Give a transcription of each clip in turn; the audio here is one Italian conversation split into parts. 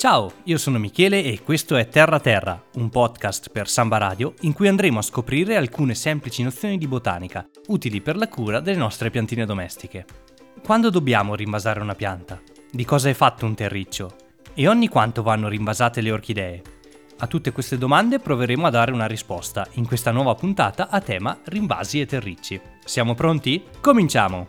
Ciao, io sono Michele e questo è Terra Terra, un podcast per Samba Radio in cui andremo a scoprire alcune semplici nozioni di botanica, utili per la cura delle nostre piantine domestiche. Quando dobbiamo rinvasare una pianta? Di cosa è fatto un terriccio? E ogni quanto vanno rinvasate le orchidee? A tutte queste domande proveremo a dare una risposta in questa nuova puntata a tema rinvasi e terricci. Siamo pronti? Cominciamo!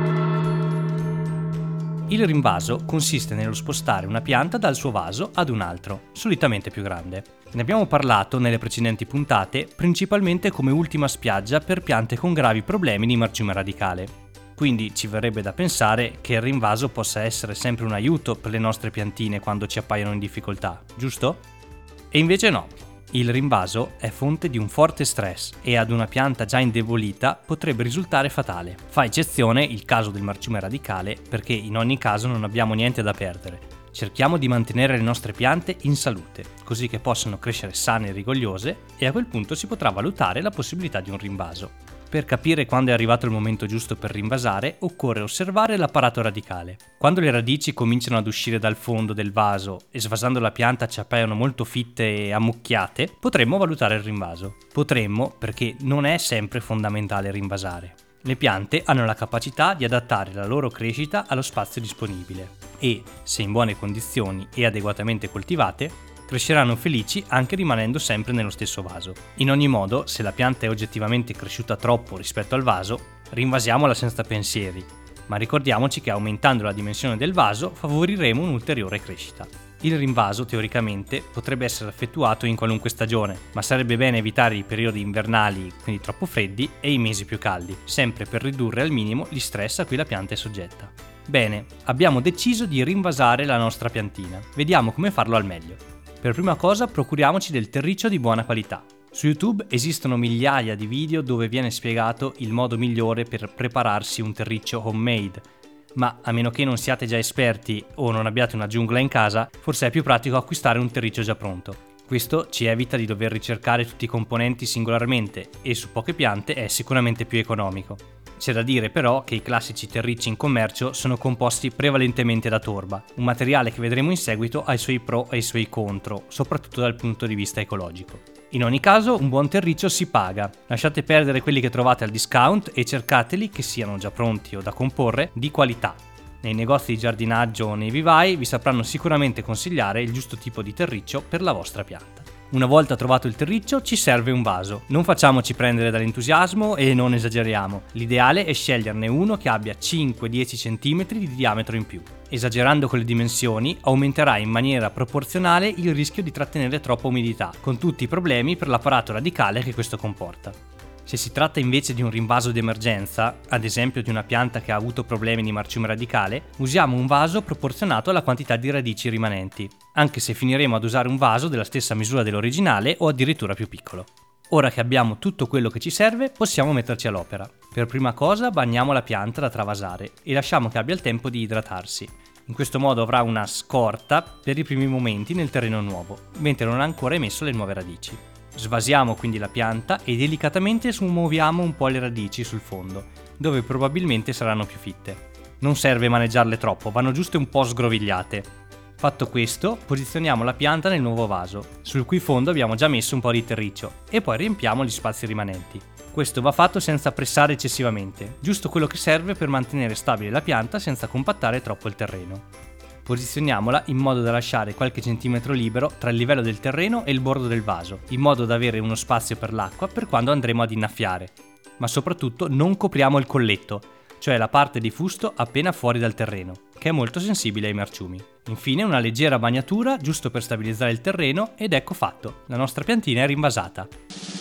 Il rinvaso consiste nello spostare una pianta dal suo vaso ad un altro, solitamente più grande. Ne abbiamo parlato nelle precedenti puntate, principalmente come ultima spiaggia per piante con gravi problemi di marciume radicale. Quindi ci verrebbe da pensare che il rinvaso possa essere sempre un aiuto per le nostre piantine quando ci appaiono in difficoltà, giusto? E invece no. Il rinvaso è fonte di un forte stress e ad una pianta già indebolita potrebbe risultare fatale. Fa eccezione il caso del marciume radicale perché in ogni caso non abbiamo niente da perdere. Cerchiamo di mantenere le nostre piante in salute, così che possano crescere sane e rigogliose e a quel punto si potrà valutare la possibilità di un rinvaso. Per capire quando è arrivato il momento giusto per rinvasare, occorre osservare l'apparato radicale. Quando le radici cominciano ad uscire dal fondo del vaso e svasando la pianta ci appaiono molto fitte e ammucchiate, potremmo valutare il rinvaso. Potremmo perché non è sempre fondamentale rinvasare. Le piante hanno la capacità di adattare la loro crescita allo spazio disponibile e, se in buone condizioni e adeguatamente coltivate, cresceranno felici anche rimanendo sempre nello stesso vaso. In ogni modo, se la pianta è oggettivamente cresciuta troppo rispetto al vaso, rinvasiamola senza pensieri, ma ricordiamoci che aumentando la dimensione del vaso favoriremo un'ulteriore crescita. Il rinvaso, teoricamente, potrebbe essere effettuato in qualunque stagione, ma sarebbe bene evitare i periodi invernali, quindi troppo freddi, e i mesi più caldi, sempre per ridurre al minimo gli stress a cui la pianta è soggetta. Bene, abbiamo deciso di rinvasare la nostra piantina. Vediamo come farlo al meglio. Per prima cosa procuriamoci del terriccio di buona qualità. Su YouTube esistono migliaia di video dove viene spiegato il modo migliore per prepararsi un terriccio homemade, ma a meno che non siate già esperti o non abbiate una giungla in casa, forse è più pratico acquistare un terriccio già pronto. Questo ci evita di dover ricercare tutti i componenti singolarmente e su poche piante è sicuramente più economico. C'è da dire però che i classici terricci in commercio sono composti prevalentemente da torba, un materiale che vedremo in seguito ha i suoi pro e i suoi contro, soprattutto dal punto di vista ecologico. In ogni caso, un buon terriccio si paga. Lasciate perdere quelli che trovate al discount e cercateli, che siano già pronti o da comporre, di qualità. Nei negozi di giardinaggio o nei vivai vi sapranno sicuramente consigliare il giusto tipo di terriccio per la vostra pianta. Una volta trovato il terriccio ci serve un vaso. Non facciamoci prendere dall'entusiasmo e non esageriamo. L'ideale è sceglierne uno che abbia 5-10 cm di diametro in più. Esagerando con le dimensioni aumenterà in maniera proporzionale il rischio di trattenere troppa umidità, con tutti i problemi per l'apparato radicale che questo comporta. Se si tratta invece di un rinvaso di emergenza, ad esempio di una pianta che ha avuto problemi di marciume radicale, usiamo un vaso proporzionato alla quantità di radici rimanenti, anche se finiremo ad usare un vaso della stessa misura dell'originale o addirittura più piccolo. Ora che abbiamo tutto quello che ci serve, possiamo metterci all'opera. Per prima cosa bagniamo la pianta da travasare e lasciamo che abbia il tempo di idratarsi. In questo modo avrà una scorta per i primi momenti nel terreno nuovo, mentre non ha ancora emesso le nuove radici. Svasiamo quindi la pianta e delicatamente smuoviamo un po' le radici sul fondo, dove probabilmente saranno più fitte. Non serve maneggiarle troppo, vanno giusto un po' sgrovigliate. Fatto questo, posizioniamo la pianta nel nuovo vaso, sul cui fondo abbiamo già messo un po' di terriccio, e poi riempiamo gli spazi rimanenti. Questo va fatto senza pressare eccessivamente, giusto quello che serve per mantenere stabile la pianta senza compattare troppo il terreno. Posizioniamola in modo da lasciare qualche centimetro libero tra il livello del terreno e il bordo del vaso, in modo da avere uno spazio per l'acqua per quando andremo ad innaffiare. Ma soprattutto non copriamo il colletto, cioè la parte di fusto appena fuori dal terreno, che è molto sensibile ai marciumi. Infine una leggera bagnatura, giusto per stabilizzare il terreno, ed ecco fatto, la nostra piantina è rinvasata.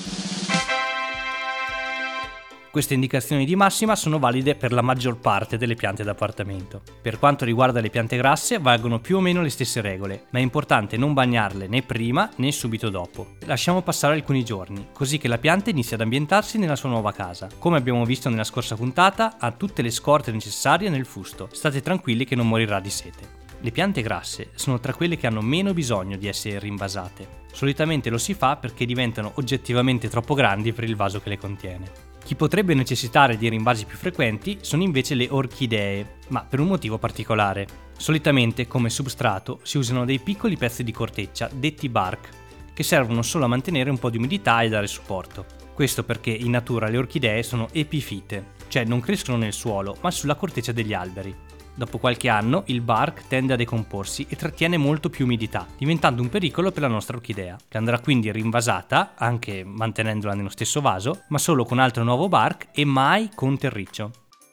Queste indicazioni di massima sono valide per la maggior parte delle piante d'appartamento. Per quanto riguarda le piante grasse valgono più o meno le stesse regole, ma è importante non bagnarle né prima né subito dopo. Lasciamo passare alcuni giorni, così che la pianta inizi ad ambientarsi nella sua nuova casa. Come abbiamo visto nella scorsa puntata, ha tutte le scorte necessarie nel fusto. State tranquilli che non morirà di sete. Le piante grasse sono tra quelle che hanno meno bisogno di essere rinvasate. Solitamente lo si fa perché diventano oggettivamente troppo grandi per il vaso che le contiene. Chi potrebbe necessitare di rinvasi più frequenti sono invece le orchidee, ma per un motivo particolare. Solitamente come substrato si usano dei piccoli pezzi di corteccia, detti bark, che servono solo a mantenere un po' di umidità e dare supporto. Questo perché in natura le orchidee sono epifite, cioè non crescono nel suolo ma sulla corteccia degli alberi. Dopo qualche anno il bark tende a decomporsi e trattiene molto più umidità, diventando un pericolo per la nostra orchidea, che andrà quindi rinvasata, anche mantenendola nello stesso vaso, ma solo con altro nuovo bark e mai con terriccio.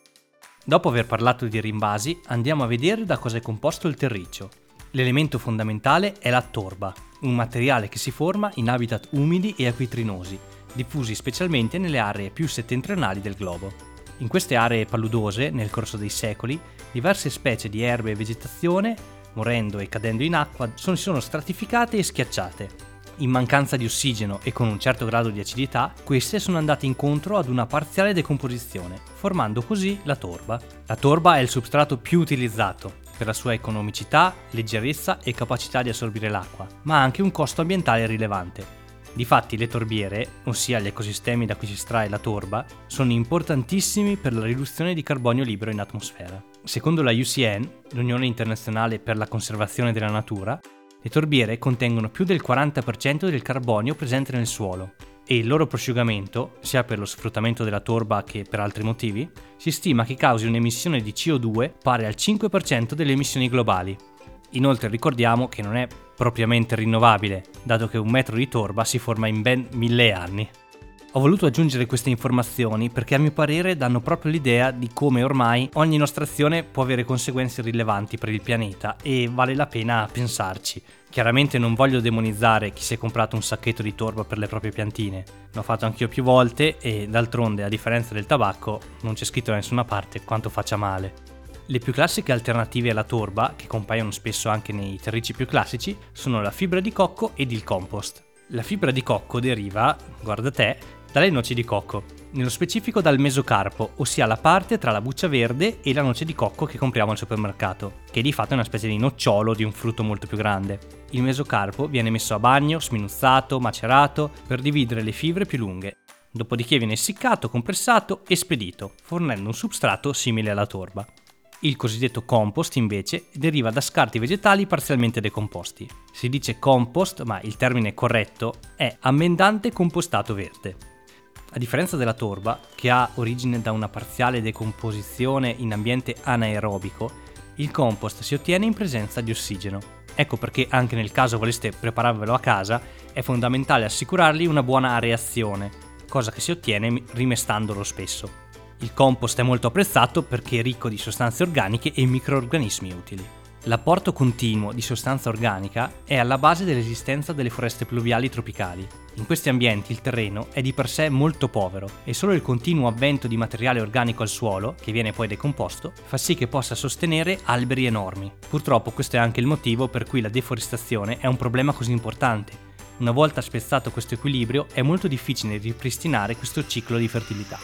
Dopo aver parlato di rinvasi, andiamo a vedere da cosa è composto il terriccio. L'elemento fondamentale è la torba, un materiale che si forma in habitat umidi e acquitrinosi, diffusi specialmente nelle aree più settentrionali del globo. In queste aree paludose, nel corso dei secoli, diverse specie di erbe e vegetazione, morendo e cadendo in acqua, si sono stratificate e schiacciate. In mancanza di ossigeno e con un certo grado di acidità, queste sono andate incontro ad una parziale decomposizione, formando così la torba. La torba è il substrato più utilizzato, per la sua economicità, leggerezza e capacità di assorbire l'acqua, ma ha anche un costo ambientale rilevante. Difatti le torbiere, ossia gli ecosistemi da cui si estrae la torba, sono importantissimi per la riduzione di carbonio libero in atmosfera. Secondo la UCN, l'Unione Internazionale per la Conservazione della Natura, le torbiere contengono più del 40% del carbonio presente nel suolo e il loro prosciugamento, sia per lo sfruttamento della torba che per altri motivi, si stima che causi un'emissione di CO2 pari al 5% delle emissioni globali. Inoltre ricordiamo che non è propriamente rinnovabile, dato che un metro di torba si forma in ben 1000 anni. Ho voluto aggiungere queste informazioni perché a mio parere danno proprio l'idea di come ormai ogni nostra azione può avere conseguenze rilevanti per il pianeta e vale la pena pensarci. Chiaramente non voglio demonizzare chi si è comprato un sacchetto di torba per le proprie piantine, l'ho fatto anch'io più volte e d'altronde, a differenza del tabacco, non c'è scritto da nessuna parte quanto faccia male. Le più classiche alternative alla torba, che compaiono spesso anche nei terricci più classici, sono la fibra di cocco ed il compost. La fibra di cocco deriva, guarda te, dalle noci di cocco, nello specifico dal mesocarpo, ossia la parte tra la buccia verde e la noce di cocco che compriamo al supermercato, che di fatto è una specie di nocciolo di un frutto molto più grande. Il mesocarpo viene messo a bagno, sminuzzato, macerato, per dividere le fibre più lunghe. Dopodiché viene essiccato, compressato e spedito, fornendo un substrato simile alla torba. Il cosiddetto compost, invece, deriva da scarti vegetali parzialmente decomposti. Si dice compost, ma il termine corretto è ammendante compostato verde. A differenza della torba, che ha origine da una parziale decomposizione in ambiente anaerobico, il compost si ottiene in presenza di ossigeno. Ecco perché anche nel caso voleste prepararvelo a casa, è fondamentale assicurargli una buona areazione, cosa che si ottiene rimestandolo spesso. Il compost è molto apprezzato perché è ricco di sostanze organiche e microrganismi utili. L'apporto continuo di sostanza organica è alla base dell'esistenza delle foreste pluviali tropicali. In questi ambienti il terreno è di per sé molto povero e solo il continuo avvento di materiale organico al suolo, che viene poi decomposto, fa sì che possa sostenere alberi enormi. Purtroppo questo è anche il motivo per cui la deforestazione è un problema così importante. Una volta spezzato questo equilibrio è molto difficile ripristinare questo ciclo di fertilità.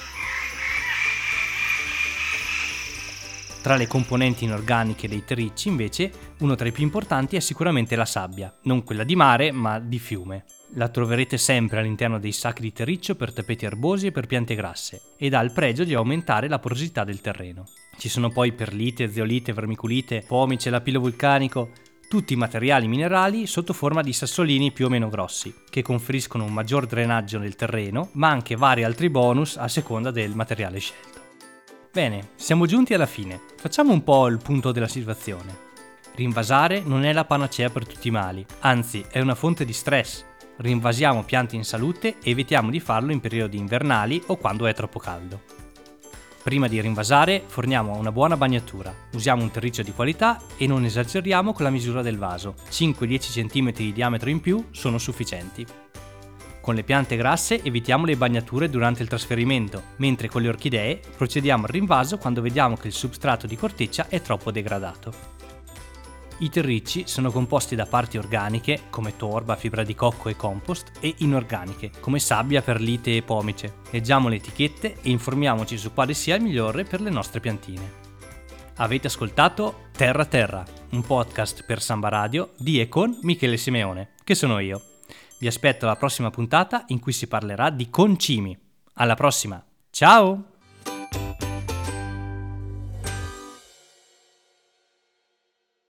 Tra le componenti inorganiche dei terricci, invece, uno tra i più importanti è sicuramente la sabbia, non quella di mare, ma di fiume. La troverete sempre all'interno dei sacchi di terriccio per tappeti erbosi e per piante grasse, ed ha il pregio di aumentare la porosità del terreno. Ci sono poi perlite, zeolite, vermiculite, pomice, lapillo vulcanico, tutti materiali minerali sotto forma di sassolini più o meno grossi, che conferiscono un maggior drenaggio nel terreno, ma anche vari altri bonus a seconda del materiale scelto. Bene, siamo giunti alla fine. Facciamo un po' il punto della situazione. Rinvasare non è la panacea per tutti i mali, anzi è una fonte di stress. Rinvasiamo piante in salute e evitiamo di farlo in periodi invernali o quando è troppo caldo. Prima di rinvasare forniamo una buona bagnatura, usiamo un terriccio di qualità e non esageriamo con la misura del vaso. 5-10 cm di diametro in più sono sufficienti. Con le piante grasse evitiamo le bagnature durante il trasferimento, mentre con le orchidee procediamo al rinvaso quando vediamo che il substrato di corteccia è troppo degradato. I terricci sono composti da parti organiche, come torba, fibra di cocco e compost, e inorganiche, come sabbia, perlite e pomice. Leggiamo le etichette e informiamoci su quale sia il migliore per le nostre piantine. Avete ascoltato Terra Terra, un podcast per Samba Radio di e con Michele Simeone, che sono io. Vi aspetto alla prossima puntata in cui si parlerà di concimi. Alla prossima, ciao!